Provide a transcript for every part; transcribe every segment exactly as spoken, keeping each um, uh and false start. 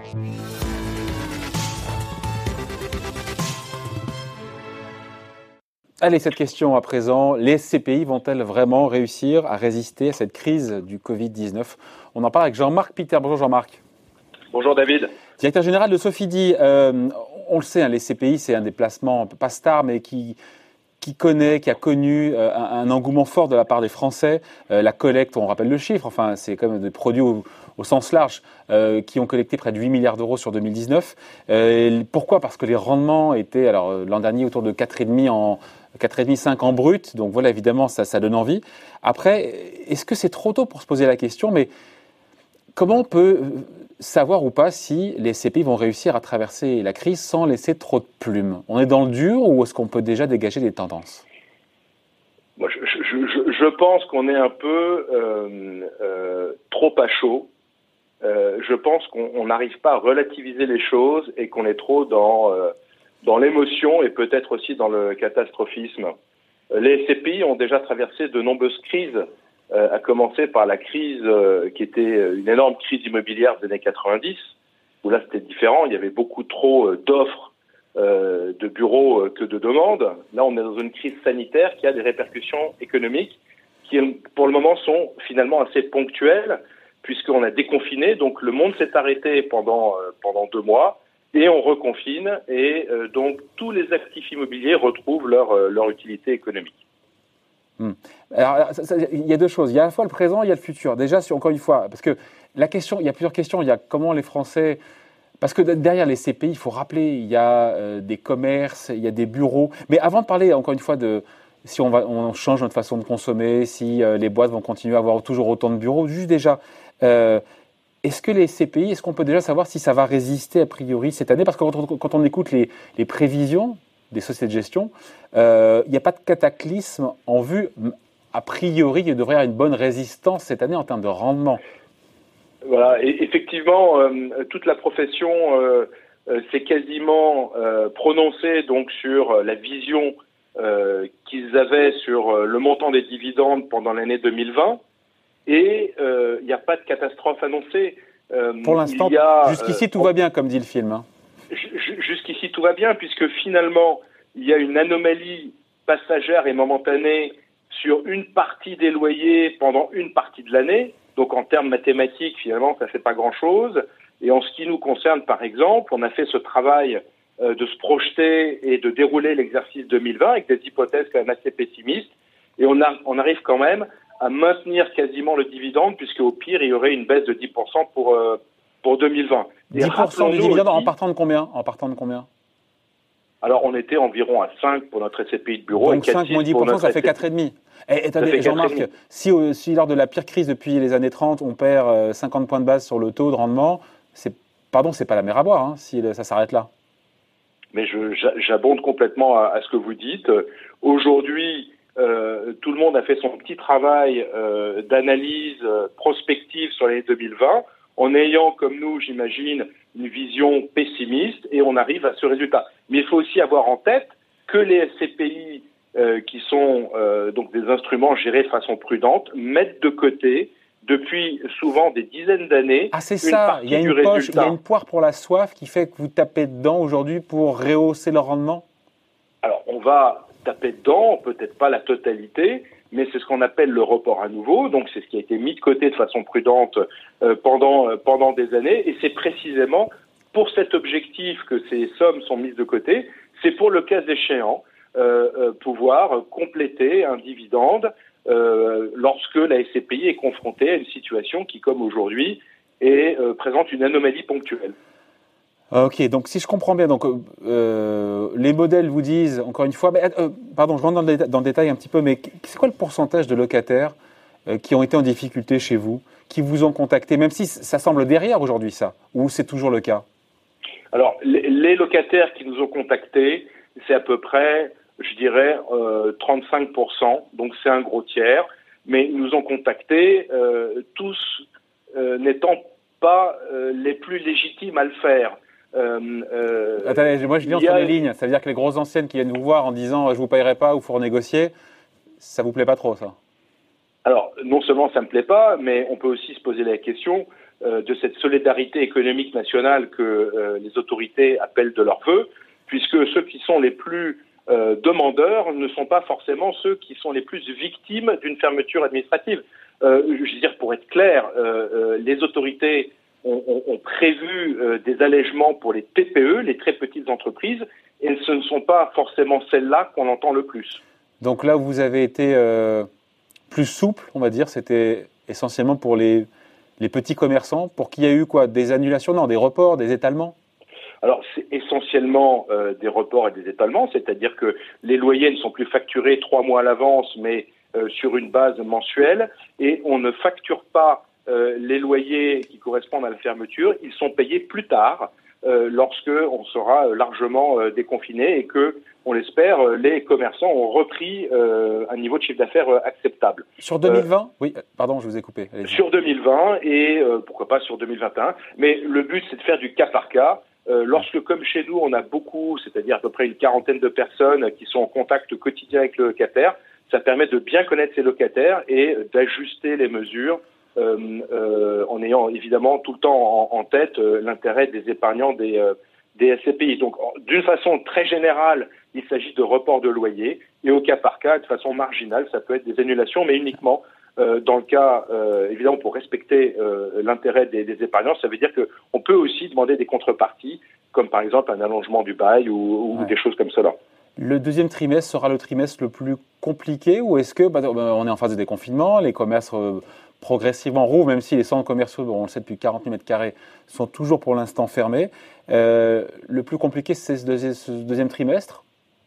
Allez, cette question à présent, les C P I vont-elles vraiment réussir à résister à cette crise du covid dix-neuf? On en parle avec Jean-Marc Piter. Bonjour Jean-Marc. Bonjour David. Directeur général de Sofidy. Euh, on le sait, hein, les C P I, c'est un déplacement pas star, mais qui, qui connaît, qui a connu euh, un, un engouement fort de la part des Français. Euh, la collecte, on rappelle le chiffre, enfin, c'est quand même des produits au, au sens large euh, qui ont collecté près de huit milliards d'euros sur deux mille dix-neuf. Euh, pourquoi? Parce que les rendements étaient, alors l'an dernier, autour de quatre virgule cinq en quatre virgule cinq en brut, donc voilà, évidemment, ça, ça donne envie. Après, est-ce que c'est trop tôt pour se poser la question? Mais comment on peut savoir ou pas si les C P I vont réussir à traverser la crise sans laisser trop de plumes? On est dans le dur ou est-ce qu'on peut déjà dégager des tendances? Moi, je, je, je, je pense qu'on est un peu euh, euh, trop à chaud. Euh, je pense qu'on n'arrive pas à relativiser les choses et qu'on est trop dans... Euh, dans l'émotion et peut-être aussi dans le catastrophisme. Les C P I ont déjà traversé de nombreuses crises, euh, à commencer par la crise euh, qui était une énorme crise immobilière des années quatre-vingt-dix, où là c'était différent, il y avait beaucoup trop euh, d'offres euh, de bureaux euh, que de demandes. Là on est dans une crise sanitaire qui a des répercussions économiques qui pour le moment sont finalement assez ponctuelles, puisqu'on a déconfiné, donc le monde s'est arrêté pendant, euh, pendant deux mois, et on reconfine, et euh, donc tous les actifs immobiliers retrouvent leur, euh, leur utilité économique. Hum. Alors, ça, ça, il y a deux choses. Il y a à la fois le présent, il y a le futur. Déjà, sur, encore une fois, parce que la question, il y a plusieurs questions. Il y a comment les Français... Parce que derrière les C P I, il faut rappeler, il y a euh, des commerces, il y a des bureaux. Mais avant de parler, encore une fois, de si on, va, on change notre façon de consommer, si euh, les boîtes vont continuer à avoir toujours autant de bureaux, juste déjà... Euh, Est-ce que les C P I, est-ce qu'on peut déjà savoir si ça va résister a priori cette année? Parce que quand on, quand on écoute les, les prévisions des sociétés de gestion, euh, il n'y a pas de cataclysme en vue. A priori, il devrait y avoir une bonne résistance cette année en termes de rendement. Voilà, et effectivement, euh, toute la profession euh, euh, s'est quasiment euh, prononcée donc sur la vision euh, qu'ils avaient sur le montant des dividendes pendant l'année deux mille vingt. Et il euh, n'y a pas de catastrophe annoncée. Euh, Pour l'instant, a, jusqu'ici, euh, tout on, va bien, comme dit le film. Hein. Jusqu'ici, tout va bien, puisque finalement, il y a une anomalie passagère et momentanée sur une partie des loyers pendant une partie de l'année. Donc, en termes mathématiques, finalement, ça ne fait pas grand-chose. Et en ce qui nous concerne, par exemple, on a fait ce travail euh, de se projeter et de dérouler l'exercice deux mille vingt avec des hypothèses quand même assez pessimistes. Et on, a, on arrive quand même à maintenir quasiment le dividende, puisque au pire, il y aurait une baisse de dix pour cent pour, euh, pour deux mille vingt. Et dix pour cent du dividende aussi, en partant de combien en partant de combien Alors, on était environ à cinq pour notre S C P I de bureau. Donc, et cinq moins dix pour cent, ça fait quatre virgule cinq. Et, attendez, Jean-Marc, si, si lors de la pire crise depuis les années trente, on perd cinquante points de base sur le taux de rendement, c'est, pardon, c'est pas la mer à boire, hein, si ça s'arrête là. Mais je, j'abonde complètement à, à ce que vous dites. Aujourd'hui, Euh, tout le monde a fait son petit travail euh, d'analyse euh, prospective sur l'année deux mille vingt, en ayant, comme nous, j'imagine, une vision pessimiste, et on arrive à ce résultat. Mais il faut aussi avoir en tête que les S C P I, euh, qui sont euh, donc des instruments gérés de façon prudente, mettent de côté, depuis souvent des dizaines d'années, ah, c'est une ça. partie il y a une du poche, résultat. Il y a une poire pour la soif qui fait que vous tapez dedans aujourd'hui pour rehausser le rendement? Alors, on va taper dedans, peut-être pas la totalité, mais c'est ce qu'on appelle le report à nouveau. Donc, c'est ce qui a été mis de côté de façon prudente euh, pendant, euh, pendant des années. Et c'est précisément pour cet objectif que ces sommes sont mises de côté. C'est pour le cas échéant euh, euh, pouvoir compléter un dividende euh, lorsque la S C P I est confrontée à une situation qui, comme aujourd'hui, est, euh, présente une anomalie ponctuelle. Ok, donc si je comprends bien, donc euh, les modèles vous disent, encore une fois, mais, euh, pardon, je rentre dans le, déta- dans le détail un petit peu, mais c'est quoi le pourcentage de locataires euh, qui ont été en difficulté chez vous, qui vous ont contacté, même si ça semble derrière aujourd'hui ça, ou c'est toujours le cas? Alors, les, les locataires qui nous ont contactés, c'est à peu près, je dirais, euh, trente-cinq pour cent, donc c'est un gros tiers, mais ils nous ont contactés euh, tous euh, n'étant pas euh, les plus légitimes à le faire. Euh, euh, Attendez, moi je lis entre a... les lignes, ça veut dire que les grosses anciennes qui viennent vous voir en disant je vous payerai pas ou il faut renégocier, ça vous plaît pas trop ça? Alors non seulement ça me plaît pas, mais on peut aussi se poser la question euh, de cette solidarité économique nationale que euh, les autorités appellent de leur vœu, puisque ceux qui sont les plus euh, demandeurs ne sont pas forcément ceux qui sont les plus victimes d'une fermeture administrative. Euh, je veux dire, pour être clair, euh, euh, les autorités ont, ont, ont prévu euh, des allègements pour les T P E, les très petites entreprises, et ce ne sont pas forcément celles-là qu'on entend le plus. Donc là, vous avez été euh, plus souple, on va dire, c'était essentiellement pour les, les petits commerçants, pour qu'il y ait eu quoi, des annulations, non, des reports, des étalements? Alors, c'est essentiellement euh, des reports et des étalements, c'est-à-dire que les loyers ne sont plus facturés trois mois à l'avance, mais euh, sur une base mensuelle, et on ne facture pas euh, les loyers qui correspondent à la fermeture, ils sont payés plus tard, euh, lorsque on sera largement euh, déconfiné et que, on l'espère, euh, les commerçants ont repris euh, un niveau de chiffre d'affaires euh, acceptable. Sur deux mille vingt euh, Oui, pardon, je vous ai coupé. Allez-y. Sur deux mille vingt et euh, pourquoi pas sur deux mille vingt et un, mais le but c'est de faire du cas par cas. Euh, lorsque, comme chez nous, on a beaucoup, c'est-à-dire à peu près une quarantaine de personnes qui sont en contact quotidien avec le locataire, ça permet de bien connaître ses locataires et d'ajuster les mesures euh, euh, en ayant évidemment tout le temps en, en tête euh, l'intérêt des épargnants des, euh, des S C P I. Donc, d'une façon très générale, il s'agit de report de loyer et au cas par cas, de façon marginale, ça peut être des annulations, mais uniquement Euh, dans le cas, euh, évidemment, pour respecter euh, l'intérêt des, des épargnants, ça veut dire qu'on peut aussi demander des contreparties, comme par exemple un allongement du bail ou, ou ouais. des choses comme cela. Le deuxième trimestre sera le trimestre le plus compliqué ou est-ce que, bah, on est en phase de déconfinement, les commerces euh, progressivement rouvrent, même si les centres commerciaux, on le sait depuis quarante mille mètres carrés, sont toujours pour l'instant fermés. Euh, le plus compliqué, c'est ce deuxième, ce deuxième trimestre ?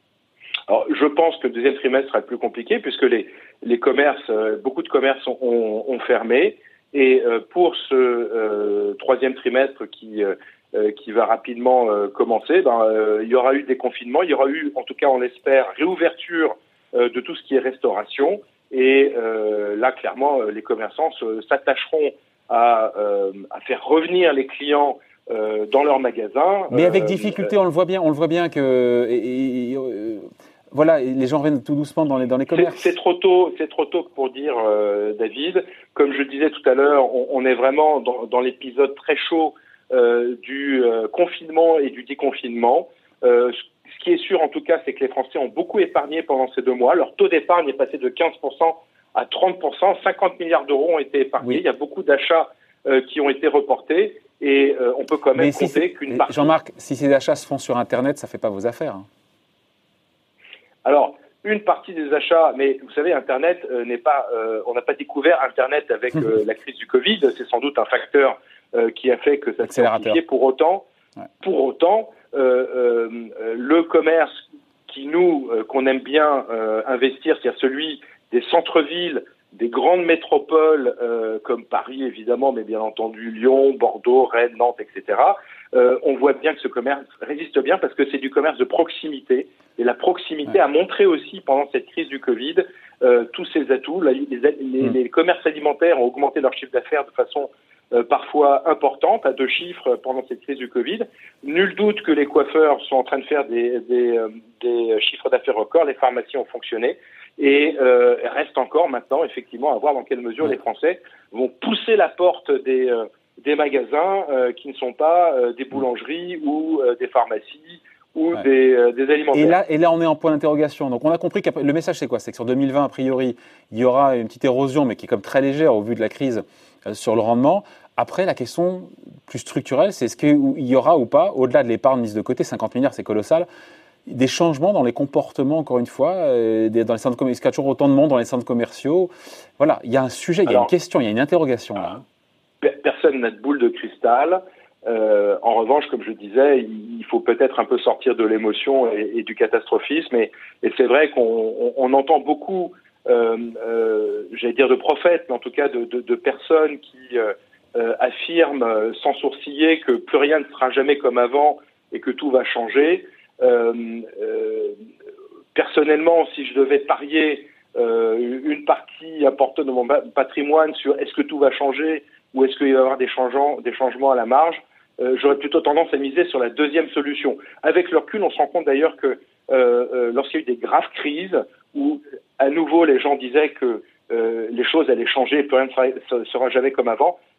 Alors, je pense que le deuxième trimestre sera le plus compliqué puisque les, les commerces, euh, beaucoup de commerces ont, ont, ont fermé. Et euh, pour ce euh, troisième trimestre qui, euh, qui va rapidement euh, commencer, ben, euh, il y aura eu des confinements, il y aura eu, en tout cas on l'espère, réouverture euh, de tout ce qui est restauration. Et euh, là, clairement, les commerçants se, s'attacheront à, euh, à faire revenir les clients euh, dans leurs magasins. Mais avec difficulté, euh, on le voit bien, on le voit bien que... Et, et, et, euh, Voilà, les gens reviennent tout doucement dans les, dans les commerces. C'est, c'est trop tôt, c'est trop tôt pour dire, euh, David. Comme je disais tout à l'heure, on, on est vraiment dans, dans l'épisode très chaud euh, du euh, confinement et du déconfinement. Euh, ce qui est sûr, en tout cas, c'est que les Français ont beaucoup épargné pendant ces deux mois. Leur taux d'épargne est passé de quinze pour cent à trente pour cent. cinquante milliards d'euros ont été épargnés. Oui. Il y a beaucoup d'achats euh, qui ont été reportés. Et euh, on peut quand même Mais compter si qu'une partie... Jean-Marc, si ces achats se font sur Internet, ça ne fait pas vos affaires, hein. Alors, une partie des achats, mais vous savez, Internet euh, n'est pas, euh, on n'a pas découvert Internet avec euh, la crise du Covid. C'est sans doute un facteur euh, qui a fait que ça s'est amplifié. Pour autant, ouais. pour autant, euh, euh, le commerce qui nous, euh, qu'on aime bien euh, investir, c'est-à-dire celui des centres-villes, des grandes métropoles euh, comme Paris évidemment, mais bien entendu Lyon, Bordeaux, Rennes, Nantes, et cetera. Euh, on voit bien que ce commerce résiste bien parce que c'est du commerce de proximité. Et la proximité ouais. a montré aussi pendant cette crise du Covid euh, tous ses atouts. La, les, les, mmh. les commerces alimentaires ont augmenté leur chiffre d'affaires de façon euh, parfois importante, à deux chiffres pendant cette crise du Covid. Nul doute que les coiffeurs sont en train de faire des, des, euh, des chiffres d'affaires records. Les pharmacies ont fonctionné. Et euh, reste encore maintenant, effectivement, à voir dans quelle mesure ouais. les Français vont pousser la porte des, euh, des magasins euh, qui ne sont pas euh, des boulangeries ou euh, des pharmacies ou ouais. des, euh, des alimentaires. Et là, et là, on est en point d'interrogation. Donc, on a compris que le message, c'est quoi ? C'est que sur deux mille vingt, a priori, il y aura une petite érosion, mais qui est comme très légère au vu de la crise euh, sur le rendement. Après, la question plus structurelle, c'est est-ce qu'il y aura ou pas, au-delà de l'épargne mise de côté, cinquante milliards, c'est colossal, des changements dans les comportements, encore une fois, euh, dans les centres commerciaux. Est-ce qu'il y a toujours autant de monde dans les centres commerciaux ? Voilà, il y a un sujet, il y a Alors, une question, il y a une interrogation là. Personne n'a de boule de cristal. Euh, en revanche, comme je disais, il faut peut-être un peu sortir de l'émotion et, et du catastrophisme. Et, et c'est vrai qu'on on, on entend beaucoup, euh, euh, j'allais dire de prophètes, mais en tout cas de, de, de personnes qui euh, euh, affirment sans sourciller que plus rien ne sera jamais comme avant et que tout va changer. Euh, euh, personnellement, si je devais parier euh, une partie importante de mon patrimoine sur est-ce que tout va changer ou est-ce qu'il va y avoir des changements, des changements à la marge, euh, j'aurais plutôt tendance à miser sur la deuxième solution. Avec le recul, on se rend compte d'ailleurs que euh, euh, lorsqu'il y a eu des graves crises où à nouveau les gens disaient que euh, les choses allaient changer et plus rien ne sera, sera jamais comme avant,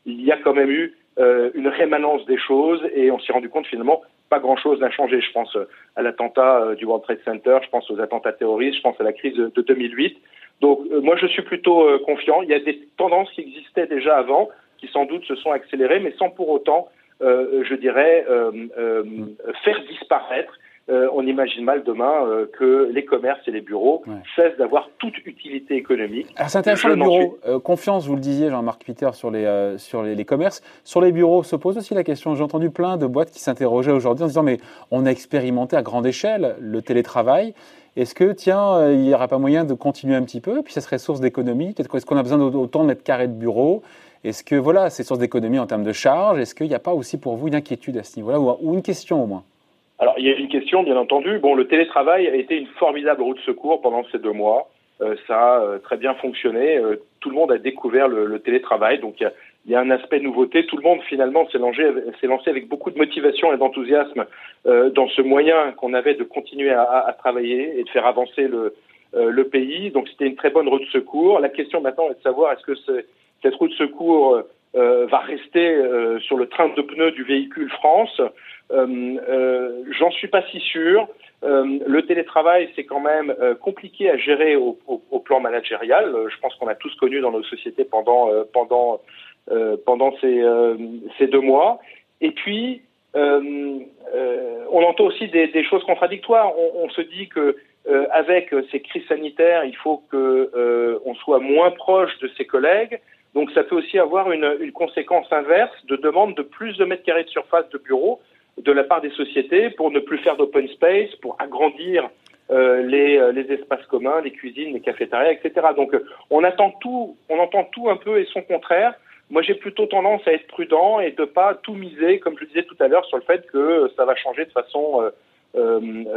il y a quand même eu euh, une rémanence des choses et on s'est rendu compte finalement pas grand-chose n'a changé. Je pense à l'attentat euh, du World Trade Center, je pense aux attentats terroristes, je pense à la crise de, de deux mille huit. Donc euh, moi je suis plutôt euh, confiant. Il y a des tendances qui existaient déjà avant, qui sans doute se sont accélérées, mais sans pour autant, euh, je dirais, euh, euh, faire disparaître. Euh, on imagine mal demain euh, que les commerces et les bureaux ouais. cessent d'avoir toute utilité économique. Alors c'est intéressant je les bureaux. Suis... Euh, confiance, vous le disiez, Jean-Marc Peter, sur les euh, sur les, les commerces. Sur les bureaux, se pose aussi la question. J'ai entendu plein de boîtes qui s'interrogeaient aujourd'hui en se disant mais on a expérimenté à grande échelle le télétravail. Est-ce que tiens, euh, il n'y aurait pas moyen de continuer un petit peu et puis ça serait source d'économie. Peut-être est-ce qu'on a besoin d'autant de mètres carrés de bureaux? Est-ce que voilà, c'est source d'économie en termes de charges? Est-ce qu'il n'y a pas aussi pour vous une inquiétude à ce niveau-là ou, ou une question au moins? Alors, il y a une question, bien entendu. Bon, le télétravail a été une formidable roue de secours pendant ces deux mois. Euh, ça a euh, très bien fonctionné. Euh, tout le monde a découvert le, le télétravail. Donc, il y a, il y a un aspect nouveauté. Tout le monde, finalement, s'est lancé, s'est lancé avec beaucoup de motivation et d'enthousiasme euh, dans ce moyen qu'on avait de continuer à, à, à travailler et de faire avancer le, euh, le pays. Donc, c'était une très bonne roue de secours. La question maintenant est de savoir est-ce que c'est, cette roue de secours euh, va rester euh, sur le train de pneus du véhicule France. Euh, euh, j'en suis pas si sûr. Euh, le télétravail, c'est quand même euh, compliqué à gérer au, au, au plan managérial. Euh, je pense qu'on a tous connu dans nos sociétés pendant euh, pendant euh, pendant ces euh, ces deux mois. Et puis, euh, euh, on entend aussi des, des choses contradictoires. On, on se dit que euh, avec ces crises sanitaires, il faut que euh, on soit moins proche de ses collègues. Donc, ça peut aussi avoir une, une conséquence inverse de demande de plus de mètres carrés de surface de bureau de la part des sociétés pour ne plus faire d'open space, pour agrandir euh, les, euh, les espaces communs, les cuisines, les cafétérias, et cetera. Donc, euh, on attend tout, on entend tout un peu et son contraire. Moi, j'ai plutôt tendance à être prudent et de pas tout miser, comme je le disais tout à l'heure, sur le fait que ça va changer de façon, euh, euh,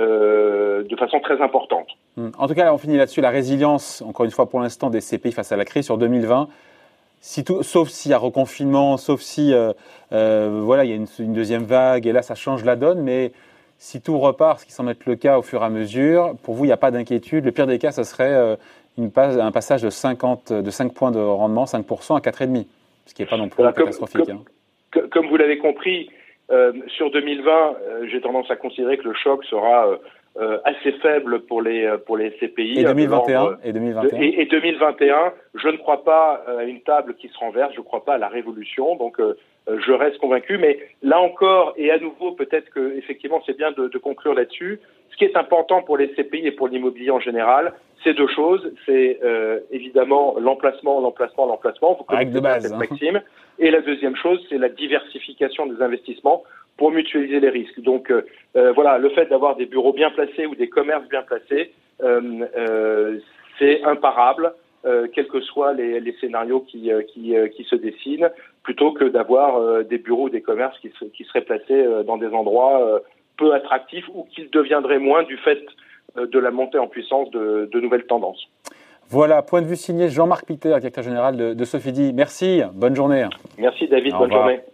euh, de façon très importante. En tout cas, on finit là-dessus. La résilience, encore une fois, pour l'instant, des C P I face à la crise sur deux mille vingt. Si tout, sauf s'il y a reconfinement, sauf si euh, euh, voilà, il y a une, une deuxième vague et là ça change la donne, mais si tout repart, ce qui semble être le cas au fur et à mesure, pour vous il n'y a pas d'inquiétude. Le pire des cas, ce serait euh, une passe, un passage de, cinquante, de cinq points de rendement, cinq pour cent à quatre virgule cinq, ce qui n'est pas non plus voilà, catastrophique. Comme, hein. comme, comme vous l'avez compris, euh, sur deux mille vingt, euh, j'ai tendance à considérer que le choc sera euh, Euh, assez faible pour les pour les C P I. Et deux mille vingt et un, et deux mille vingt et un. Et, et deux mille vingt et un, je ne crois pas à une table qui se renverse, je ne crois pas à la révolution, donc euh, je reste convaincu. Mais là encore, et à nouveau, peut-être que effectivement c'est bien de, de conclure là-dessus. Ce qui est important pour les C P I et pour l'immobilier en général, c'est deux choses. C'est euh, évidemment l'emplacement, l'emplacement, l'emplacement. Vous connaissez de base, cette hein. maxime. Et la deuxième chose, c'est la diversification des investissements pour mutualiser les risques. Donc euh, euh, voilà, le fait d'avoir des bureaux bien placés ou des commerces bien placés, euh, euh, c'est imparable, euh, quels que soient les, les scénarios qui, euh, qui, euh, qui se dessinent, plutôt que d'avoir euh, des bureaux ou des commerces qui, se, qui seraient placés euh, dans des endroits euh, peu attractifs ou qui le deviendraient moins du fait euh, de la montée en puissance de, de nouvelles tendances. Voilà, point de vue signé Jean-Marc Peter, directeur général de, de Sofidy. Merci, bonne journée. Merci David, Au bonne revoir. journée.